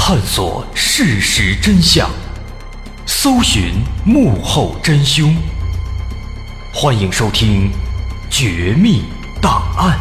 探索事实真相，搜寻幕后真凶。欢迎收听《绝密档案》。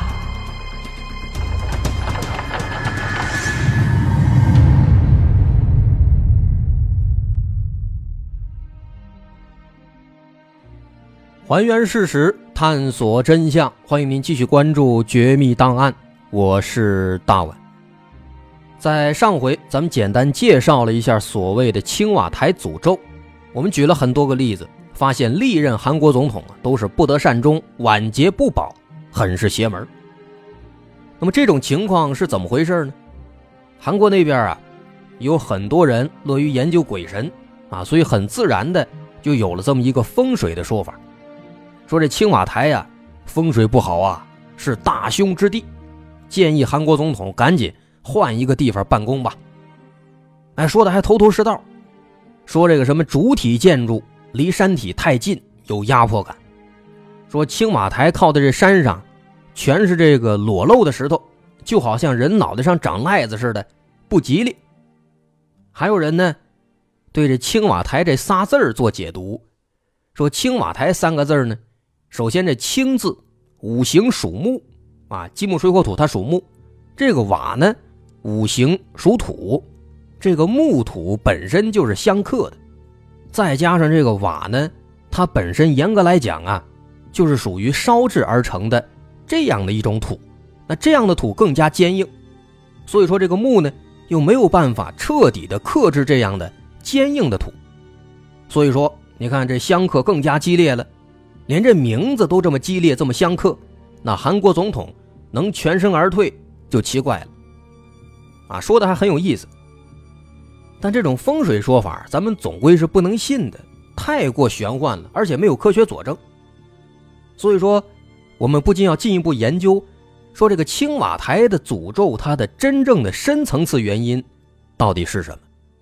还原事实，探索真相，欢迎您继续关注《绝密档案》，我是大碗。在上回咱们简单介绍了一下所谓的青瓦台诅咒，我们举了很多个例子，发现历任韩国总统都是不得善终，晚节不保，很是邪门。那么这种情况是怎么回事呢？韩国那边有很多人乐于研究鬼神所以很自然的就有了这么一个风水的说法，说这青瓦台风水不好是大凶之地，建议韩国总统赶紧换一个地方办公吧。说的还头头是道，说这个什么主体建筑离山体太近有压迫感，说青瓦台靠的这山上全是这个裸露的石头，就好像人脑袋上长癞子似的，不吉利。还有人呢对这青瓦台这仨字做解读，说青瓦台三个字呢，首先这青字五行属木金木水火土它属木，这个瓦呢五行属土，这个木土本身就是相克的，再加上这个瓦呢，它本身严格来讲就是属于烧制而成的这样的一种土，那这样的土更加坚硬，所以说这个木呢又没有办法彻底的克制这样的坚硬的土，所以说你看这相克更加激烈了，连这名字都这么激烈这么相克，那韩国总统能全身而退就奇怪了说的还很有意思。但这种风水说法咱们总归是不能信的，太过玄幻了，而且没有科学佐证。所以说我们不禁要进一步研究，说这个青瓦台的诅咒它的真正的深层次原因到底是什么。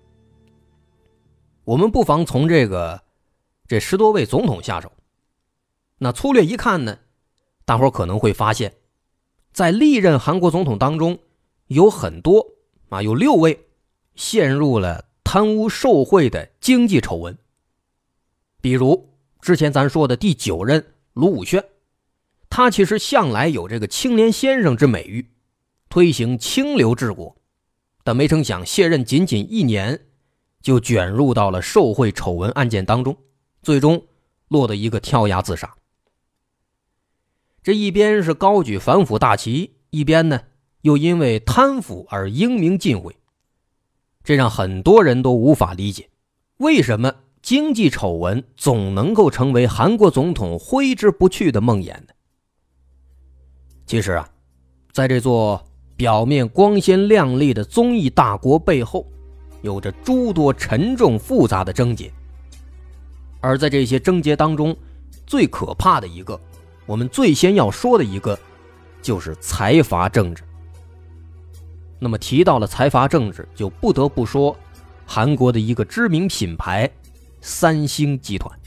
我们不妨从这10多位总统下手。那粗略一看呢，大伙可能会发现，在历任韩国总统当中有很多有6位陷入了贪污受贿的经济丑闻。比如之前咱说的第9任卢武铉，他其实向来有这个青年先生之美誉，推行清流治国，但没成想卸任仅仅1年就卷入到了受贿丑闻案件当中，最终落得一个跳崖自杀。这一边是高举反腐大旗，一边呢又因为贪腐而英名尽毁，这让很多人都无法理解，为什么经济丑闻总能够成为韩国总统挥之不去的梦魇呢？其实在这座表面光鲜亮丽的综艺大国背后，有着诸多沉重复杂的症结。而在这些症结当中，最可怕的一个，我们最先要说的一个，就是财阀政治。那么提到了财阀政治，就不得不说韩国的一个知名品牌三星集团。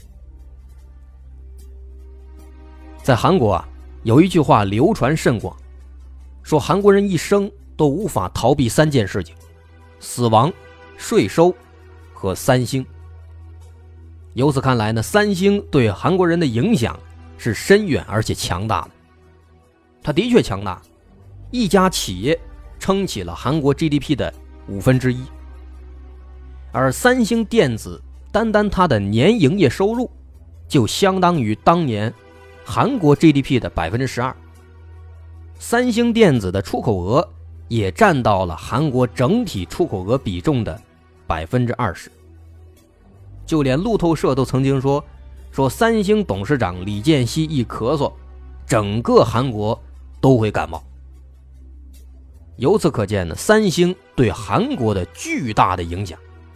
在韩国有一句话流传甚广，说韩国人一生都无法逃避3件事情：死亡、税收和三星。由此看来呢，三星对韩国人的影响是深远而且强大的。它的确强大，一家企业撑起了韩国 GDP 的1/5，而三星电子单单它的年营业收入就相当于当年韩国 GDP 的 12%。 三星电子的出口额也占到了韩国整体出口额比重的 20%。 就连路透社都曾经说三星董事长李健熙一咳嗽，整个韩国都会感冒。由此可见呢，三星对韩国的巨大的影响。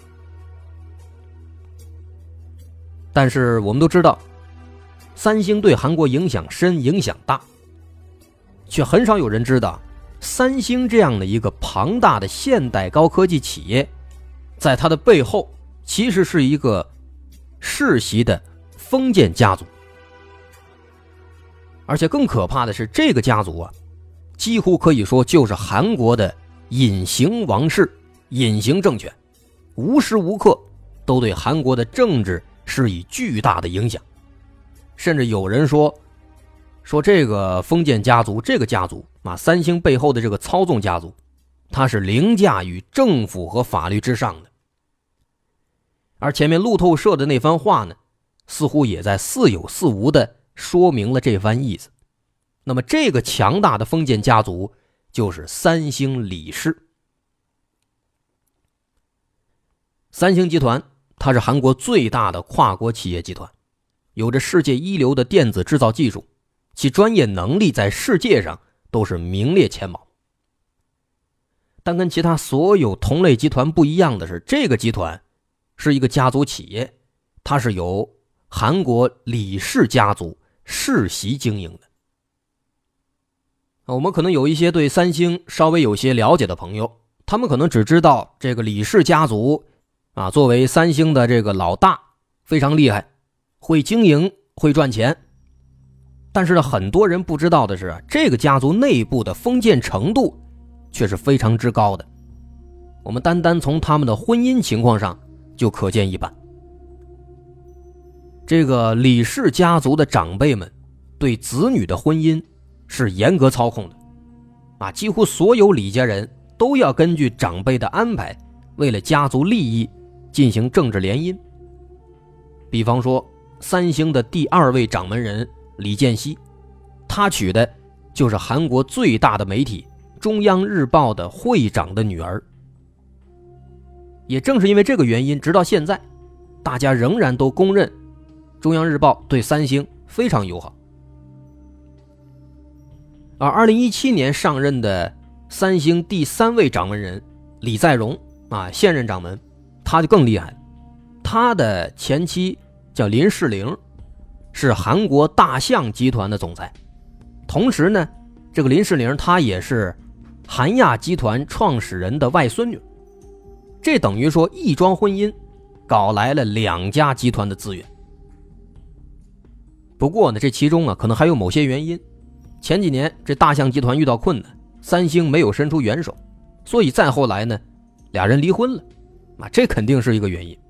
但是我们都知道，三星对韩国影响深影响大，却很少有人知道三星这样的一个庞大的现代高科技企业，在它的背后其实是一个世袭的封建家族。而且更可怕的是，这个家族几乎可以说就是韩国的隐形王室隐形政权，无时无刻都对韩国的政治施以巨大的影响。甚至有人说这个封建家族，这个家族三星背后的这个操纵家族，它是凌驾于政府和法律之上的。而前面路透社的那番话呢，似乎也在似有似无地说明了这番意思。那么这个强大的封建家族就是三星李氏。三星集团它是韩国最大的跨国企业集团，有着世界一流的电子制造技术，其专业能力在世界上都是名列前茅。但跟其他所有同类集团不一样的是，这个集团是一个家族企业，它是由韩国李氏家族世袭经营的。我们可能有一些对三星稍微有些了解的朋友，他们可能只知道这个李氏家族作为三星的这个老大非常厉害，会经营，会赚钱。但是呢，很多人不知道的是，这个家族内部的封建程度却是非常之高的。我们单单从他们的婚姻情况上就可见一斑。这个李氏家族的长辈们对子女的婚姻是严格操控的几乎所有李家人都要根据长辈的安排，为了家族利益进行政治联姻。比方说三星的第2位掌门人李健熙，他娶的就是韩国最大的媒体中央日报的会长的女儿。也正是因为这个原因，直到现在大家仍然都公认中央日报对三星非常友好。而2017年上任的三星第3位掌门人李在镕现任掌门，他就更厉害了。他的前妻叫林世玲，是韩国大象集团的总裁。同时呢，这个林世玲她也是韩亚集团创始人的外孙女。这等于说一桩婚姻搞来了2家集团的资源。不过呢，这其中可能还有某些原因。前几年这大象集团遇到困难，三星没有伸出援手，所以再后来呢，俩人离婚了。这肯定是一个原因。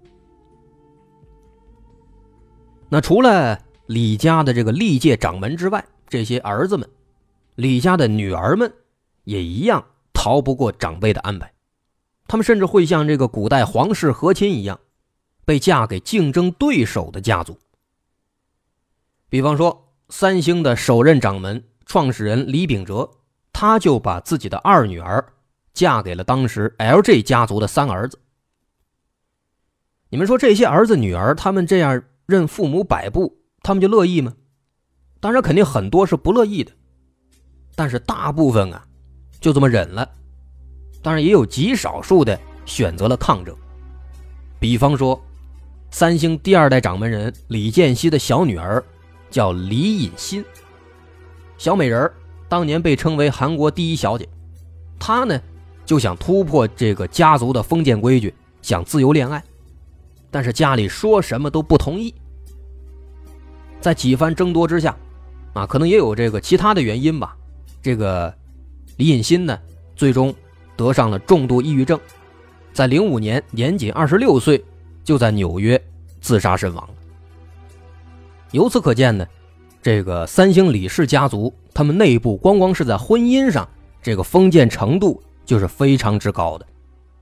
那除了李家的这个历届掌门之外，这些儿子们，李家的女儿们也一样逃不过长辈的安排。他们甚至会像这个古代皇室和亲一样，被嫁给竞争对手的家族。比方说三星的首任掌门创始人李秉哲，他就把自己的2女儿嫁给了当时 LG 家族的3儿子。你们说这些儿子女儿他们这样任父母摆布，他们就乐意吗？当然肯定很多是不乐意的，但是大部分就这么忍了。当然也有极少数的选择了抗争。比方说三星第2代掌门人李健熙的小女儿叫李尹欣，小美人当年被称为韩国第1小姐。她呢就想突破这个家族的封建规矩，想自由恋爱，但是家里说什么都不同意。在几番争夺之下可能也有这个其他的原因吧，这个李尹欣呢最终得上了重度抑郁症，在05年年仅26岁就在纽约自杀身亡了。由此可见呢，这个三星李氏家族他们内部光是在婚姻上，这个封建程度就是非常之高的。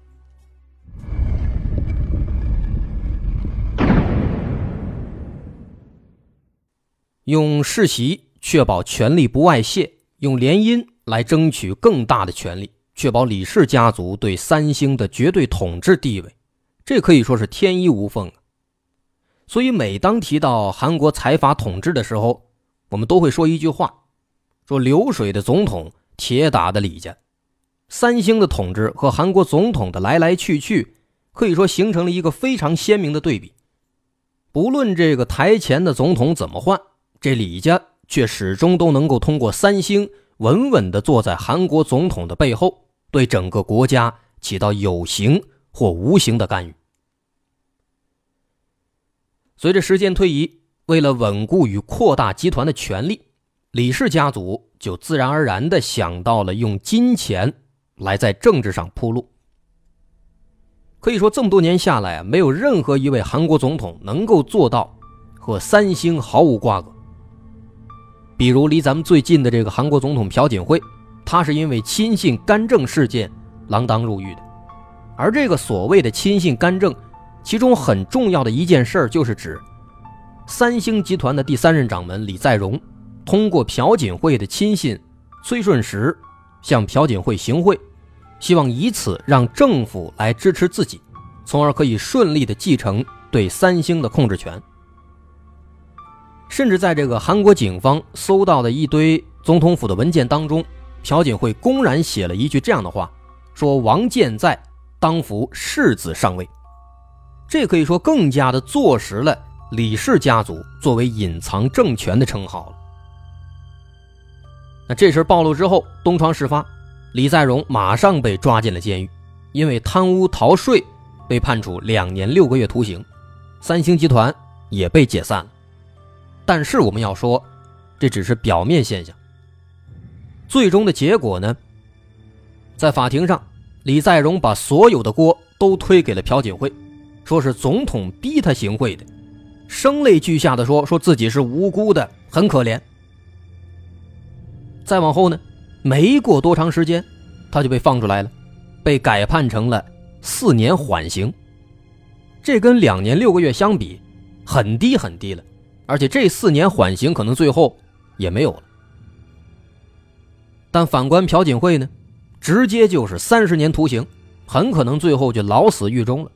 用世袭确保权力不外泄，用联姻来争取更大的权力，确保李氏家族对三星的绝对统治地位，这可以说是天衣无缝。所以每当提到韩国财阀统治的时候，我们都会说一句话，说流水的总统，铁打的李家。三星的统治和韩国总统的来来去去，可以说形成了一个非常鲜明的对比。不论这个台前的总统怎么换，这李家却始终都能够通过三星稳稳地坐在韩国总统的背后，对整个国家起到有形或无形的干预。随着时间推移，为了稳固与扩大集团的权力，李氏家族就自然而然地想到了用金钱来在政治上铺路。 可以说这么多年下来没有任何一位韩国总统能够做到和三星毫无瓜葛。比如离咱们最近的这个韩国总统朴槿惠，他是因为亲信干政事件锒铛入狱的。而这个所谓的亲信干政，其中很重要的一件事就是指三星集团的第三任掌门李在镕通过朴槿惠的亲信崔顺实向朴槿惠行贿，希望以此让政府来支持自己，从而可以顺利地继承对三星的控制权。甚至在这个韩国警方搜到的一堆总统府的文件当中，朴槿惠公然写了一句这样的话，说王健在当扶世子上位。这可以说更加的坐实了李氏家族作为隐藏政权的称号了。那这事暴露之后，东窗事发，李在镕马上被抓进了监狱，因为贪污逃税被判处2年6个月徒刑，三星集团也被解散了。但是我们要说，这只是表面现象。最终的结果呢，在法庭上，李在镕把所有的锅都推给了朴槿惠，说是总统逼他行贿的，声泪俱下的说自己是无辜的，很可怜。再往后呢，没过多长时间他就被放出来了，被改判成了4年缓刑。这跟2年6个月相比很低很低了，而且这4年缓刑可能最后也没有了。但反观朴槿惠呢，直接就是30年徒刑，很可能最后就老死狱中了。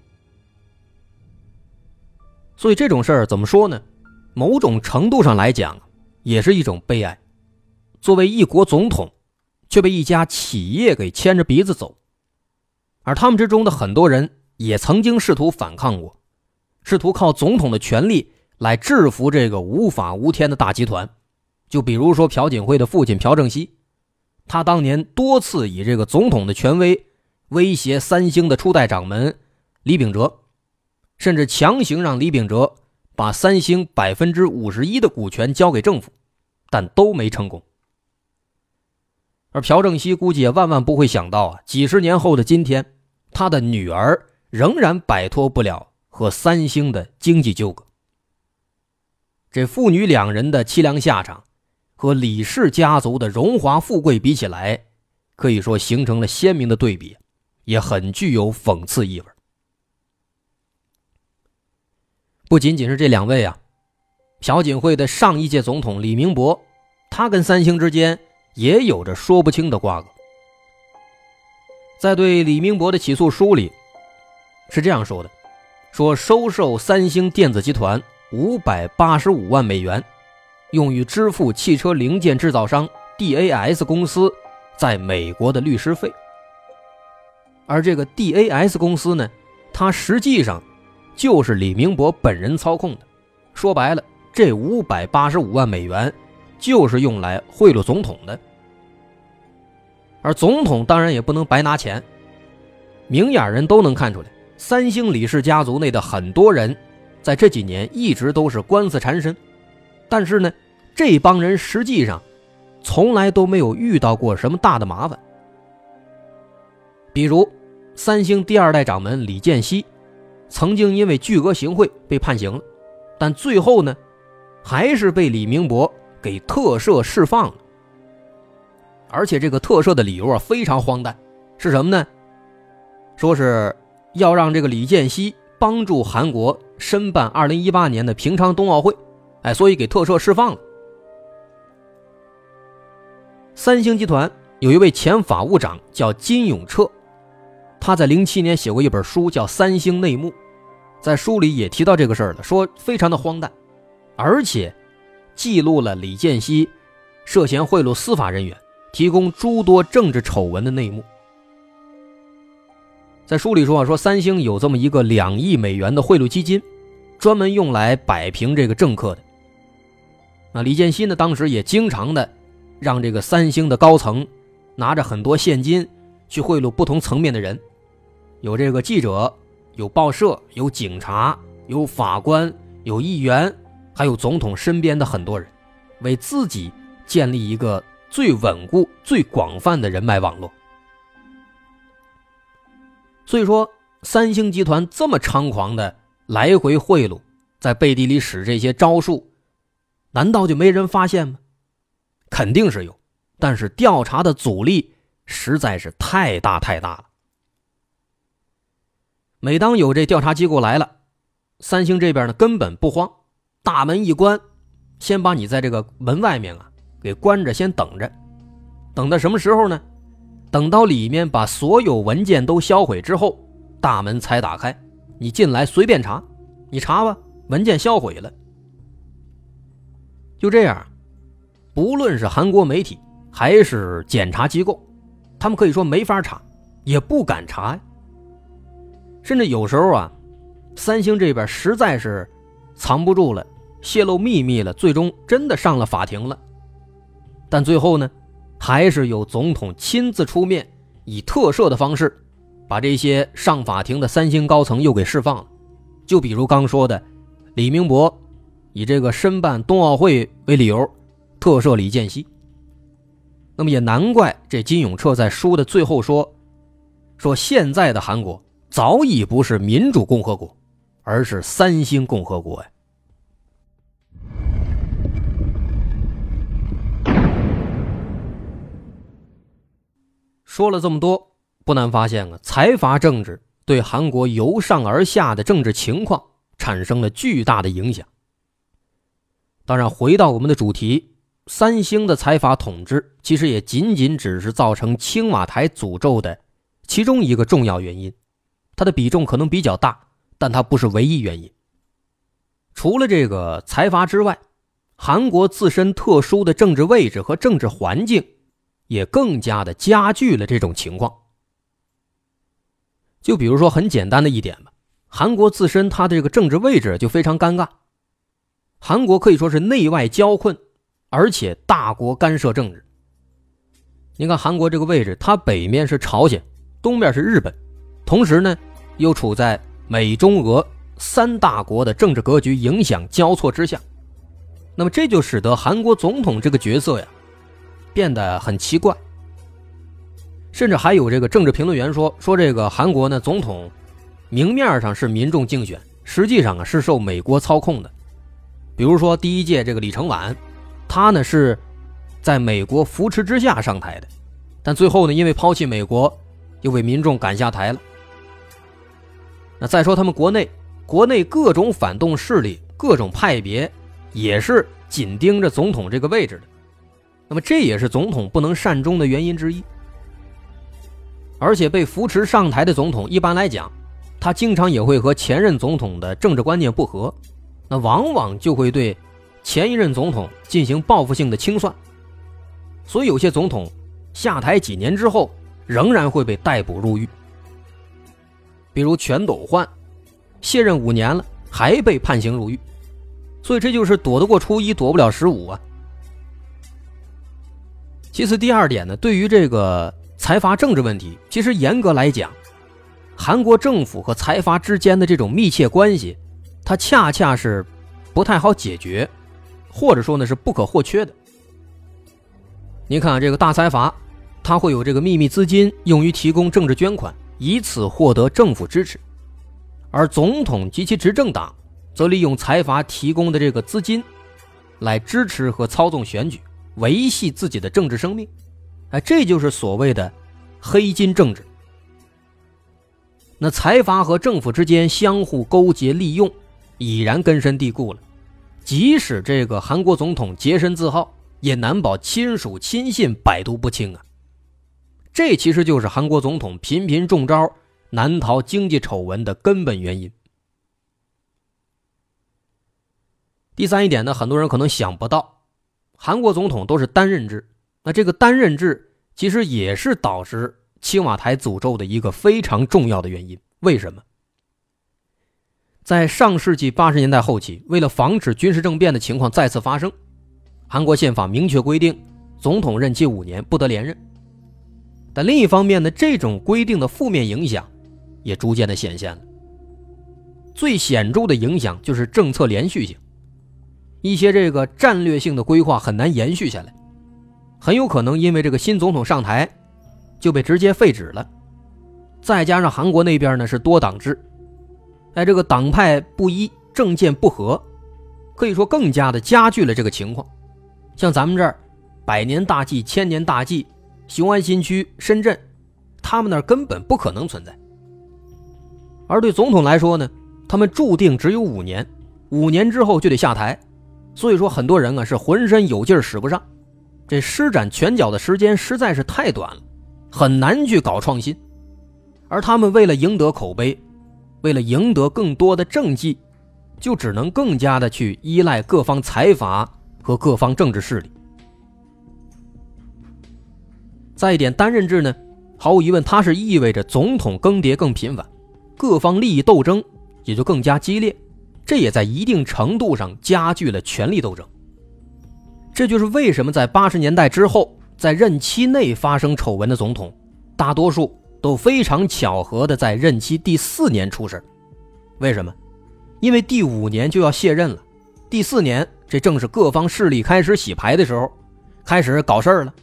所以这种事儿怎么说呢，某种程度上来讲也是一种悲哀。作为一国总统，却被一家企业给牵着鼻子走，而他们之中的很多人也曾经试图反抗过，试图靠总统的权力来制服这个无法无天的大集团。就比如说朴槿惠的父亲朴正熙，他当年多次以这个总统的权威威胁三星的初代掌门李秉哲，甚至强行让李秉哲把三星51%的股权交给政府，但都没成功。而朴正熙估计也万万不会想到啊，几十年后的今天，他的女儿仍然摆脱不了和三星的经济纠葛。这父女两人的凄凉下场和李氏家族的荣华富贵比起来，可以说形成了鲜明的对比，也很具有讽刺意味。不仅仅是这两位啊，朴槿惠的上一届总统李明博，他跟三星之间也有着说不清的瓜葛。在对李明博的起诉书里是这样说的，说收受三星电子集团585万美元，用于支付汽车零件制造商 DAS 公司在美国的律师费。而这个 DAS 公司呢，它实际上就是李明博本人操控的。说白了，这585万美元就是用来贿赂总统的。而总统当然也不能白拿钱，明眼人都能看出来，三星李氏家族内的很多人在这几年一直都是官司缠身，但是呢，这帮人实际上从来都没有遇到过什么大的麻烦。比如三星第2代掌门李健熙曾经因为巨额行贿被判刑了，但最后呢，还是被李明博给特赦释放了。而且这个特赦的理由非常荒诞，是什么呢？说是要让这个李健熙帮助韩国申办2018年的平昌冬奥会，所以给特赦释放了。三星集团有一位前法务长叫金永彻，他在07年写过一本书叫《三星内幕》，在书里也提到这个事儿了，说非常的荒诞，而且记录了李健熙涉嫌贿赂司法人员，提供诸多政治丑闻的内幕。在书里说三星有这么一个2亿美元的贿赂基金，专门用来摆平这个政客的。那李健熙呢，当时也经常的让这个三星的高层拿着很多现金去贿赂不同层面的人，有这个记者，有报社，有警察，有法官，有议员，还有总统身边的很多人，为自己建立一个最稳固最广泛的人脉网络。所以说三星集团这么猖狂的来回贿赂，在背地里使这些招数，难道就没人发现吗？肯定是有，但是调查的阻力实在是太大了。每当有这调查机构来了，三星这边呢根本不慌，大门一关，先把你在这个门外面给关着，先等着。等到什么时候呢？等到里面把所有文件都销毁之后，大门才打开，你进来随便查，你查吧，文件销毁了。就这样，不论是韩国媒体还是检察机构，他们可以说没法查，也不敢查呀。甚至有时候三星这边实在是藏不住了，泄露秘密了，最终真的上了法庭了。但最后呢，还是有总统亲自出面，以特赦的方式把这些上法庭的三星高层又给释放了。就比如刚说的李明博以这个申办冬奥会为理由特赦李健熙。那么也难怪这金永彻在书的最后说现在的韩国早已不是民主共和国，而是三星共和国呀。说了这么多，不难发现财阀政治对韩国由上而下的政治情况产生了巨大的影响。当然回到我们的主题，三星的财阀统治其实也仅仅只是造成青瓦台诅咒的其中一个重要原因，它的比重可能比较大，但它不是唯一原因。除了这个财阀之外，韩国自身特殊的政治位置和政治环境也更加的加剧了这种情况。就比如说很简单的一点吧，韩国自身它的这个政治位置就非常尴尬。韩国可以说是内外交困，而且大国干涉政治。你看韩国这个位置，它北面是朝鲜，东面是日本，同时呢又处在美中俄三大国的政治格局影响交错之下。那么这就使得韩国总统这个角色变得很奇怪。甚至还有这个政治评论员说这个韩国呢总统明面上是民众竞选，实际上是受美国操控的。比如说第一届这个李承晚，他呢是在美国扶持之下上台的，但最后呢因为抛弃美国又被民众赶下台了。那再说他们国内各种反动势力，各种派别也是紧盯着总统这个位置的，那么这也是总统不能善终的原因之一。而且被扶持上台的总统一般来讲，他经常也会和前任总统的政治观念不合，那往往就会对前一任总统进行报复性的清算。所以有些总统下台几年之后仍然会被逮捕入狱，比如全斗焕卸任5年了还被判刑入狱。所以这就是躲得过初一躲不了15啊。其次第二点呢，对于这个财阀政治问题，其实严格来讲，韩国政府和财阀之间的这种密切关系，它恰恰是不太好解决，或者说呢是不可或缺的。你看这个大财阀，它会有这个秘密资金用于提供政治捐款，以此获得政府支持，而总统及其执政党则利用财阀提供的这个资金来支持和操纵选举，维系自己的政治生命。这就是所谓的黑金政治。那财阀和政府之间相互勾结利用，已然根深蒂固了。即使这个韩国总统洁身自好，也难保亲属亲信百毒不侵啊。这其实就是韩国总统频频中招，难逃经济丑闻的根本原因。第三一点呢，很多人可能想不到，韩国总统都是单任制，那这个单任制其实也是导致青瓦台诅咒的一个非常重要的原因。为什么？在上世纪80年代后期，为了防止军事政变的情况再次发生，韩国宪法明确规定总统任期5年，不得连任。但另一方面呢，这种规定的负面影响也逐渐的显现了。最显著的影响就是政策连续性，一些这个战略性的规划很难延续下来，很有可能因为这个新总统上台就被直接废止了。 再加上韩国那边呢是多党制，这个党派不一，政见不合，可以说更加的加剧了这个情况。像咱们这儿百年大计、千年大计，雄安新区、深圳，他们那儿根本不可能存在。而对总统来说呢，他们注定只有5年，5年之后就得下台，所以说很多人是浑身有劲使不上，这施展拳脚的时间实在是太短了，很难去搞创新。而他们为了赢得口碑，为了赢得更多的政绩，就只能更加的去依赖各方财阀和各方政治势力。再一点，单任制呢，毫无疑问它是意味着总统更迭更频繁，各方利益斗争也就更加激烈，这也在一定程度上加剧了权力斗争。这就是为什么在80年代之后，在任期内发生丑闻的总统，大多数都非常巧合的在任期第4年出事。为什么？因为第5年就要卸任了，第4年这正是各方势力开始洗牌的时候，开始搞事儿了。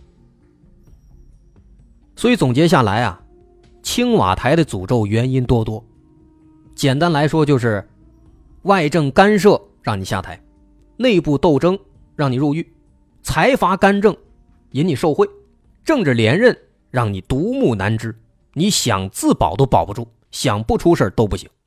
所以总结下来啊，青瓦台的诅咒原因多多，简单来说就是外政干涉让你下台，内部斗争让你入狱，财阀干政引你受贿，政治连任让你独木难支，你想自保都保不住，想不出事都不行。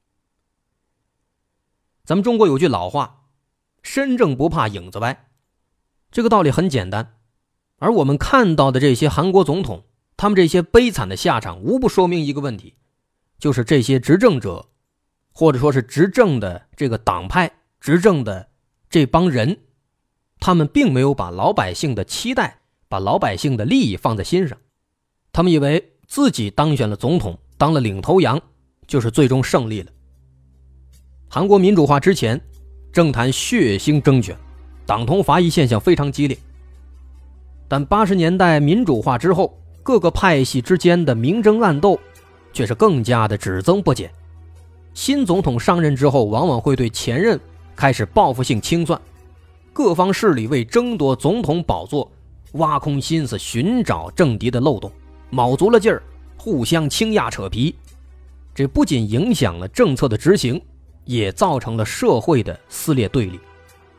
咱们中国有句老话，身正不怕影子歪，这个道理很简单。而我们看到的这些韩国总统，他们这些悲惨的下场，无不说明一个问题，就是这些执政者，或者说是执政的这个党派，执政的这帮人，他们并没有把老百姓的期待，把老百姓的利益放在心上。他们以为自己当选了总统，当了领头羊，就是最终胜利了。韩国民主化之前，政坛血腥争权，党同伐异现象非常激烈。但80年代民主化之后，各个派系之间的明争暗斗却是更加的只增不减。新总统上任之后，往往会对前任开始报复性清算，各方势力为争夺总统宝座挖空心思寻找政敌的漏洞，卯足了劲儿，互相倾轧扯皮。这不仅影响了政策的执行，也造成了社会的撕裂对立。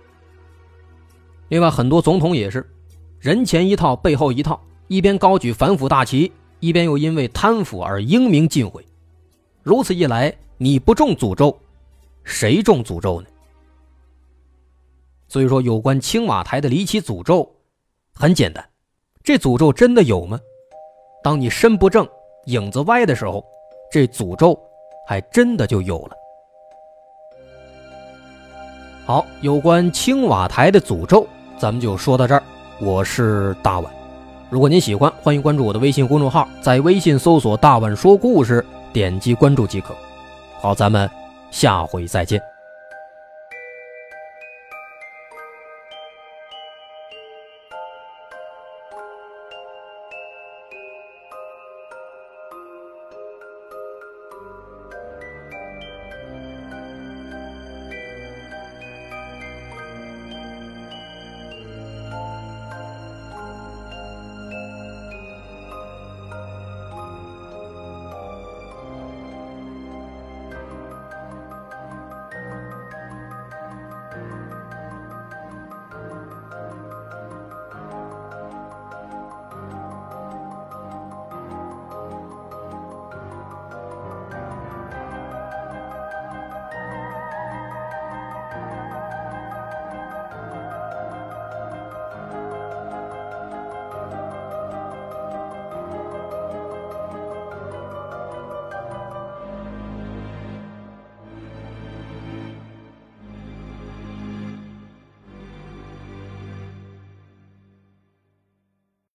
另外，很多总统也是人前一套背后一套，一边高举反腐大旗，一边又因为贪腐而英明尽毁。如此一来，你不中诅咒，谁中诅咒呢？所以说，有关青瓦台的离奇诅咒很简单，这诅咒真的有吗？当你身不正影子歪的时候，这诅咒还真的就有了。好，有关青瓦台的诅咒咱们就说到这儿，我是大碗。如果您喜欢，欢迎关注我的微信公众号，在微信搜索大碗说故事，点击关注即可。好，咱们下回再见。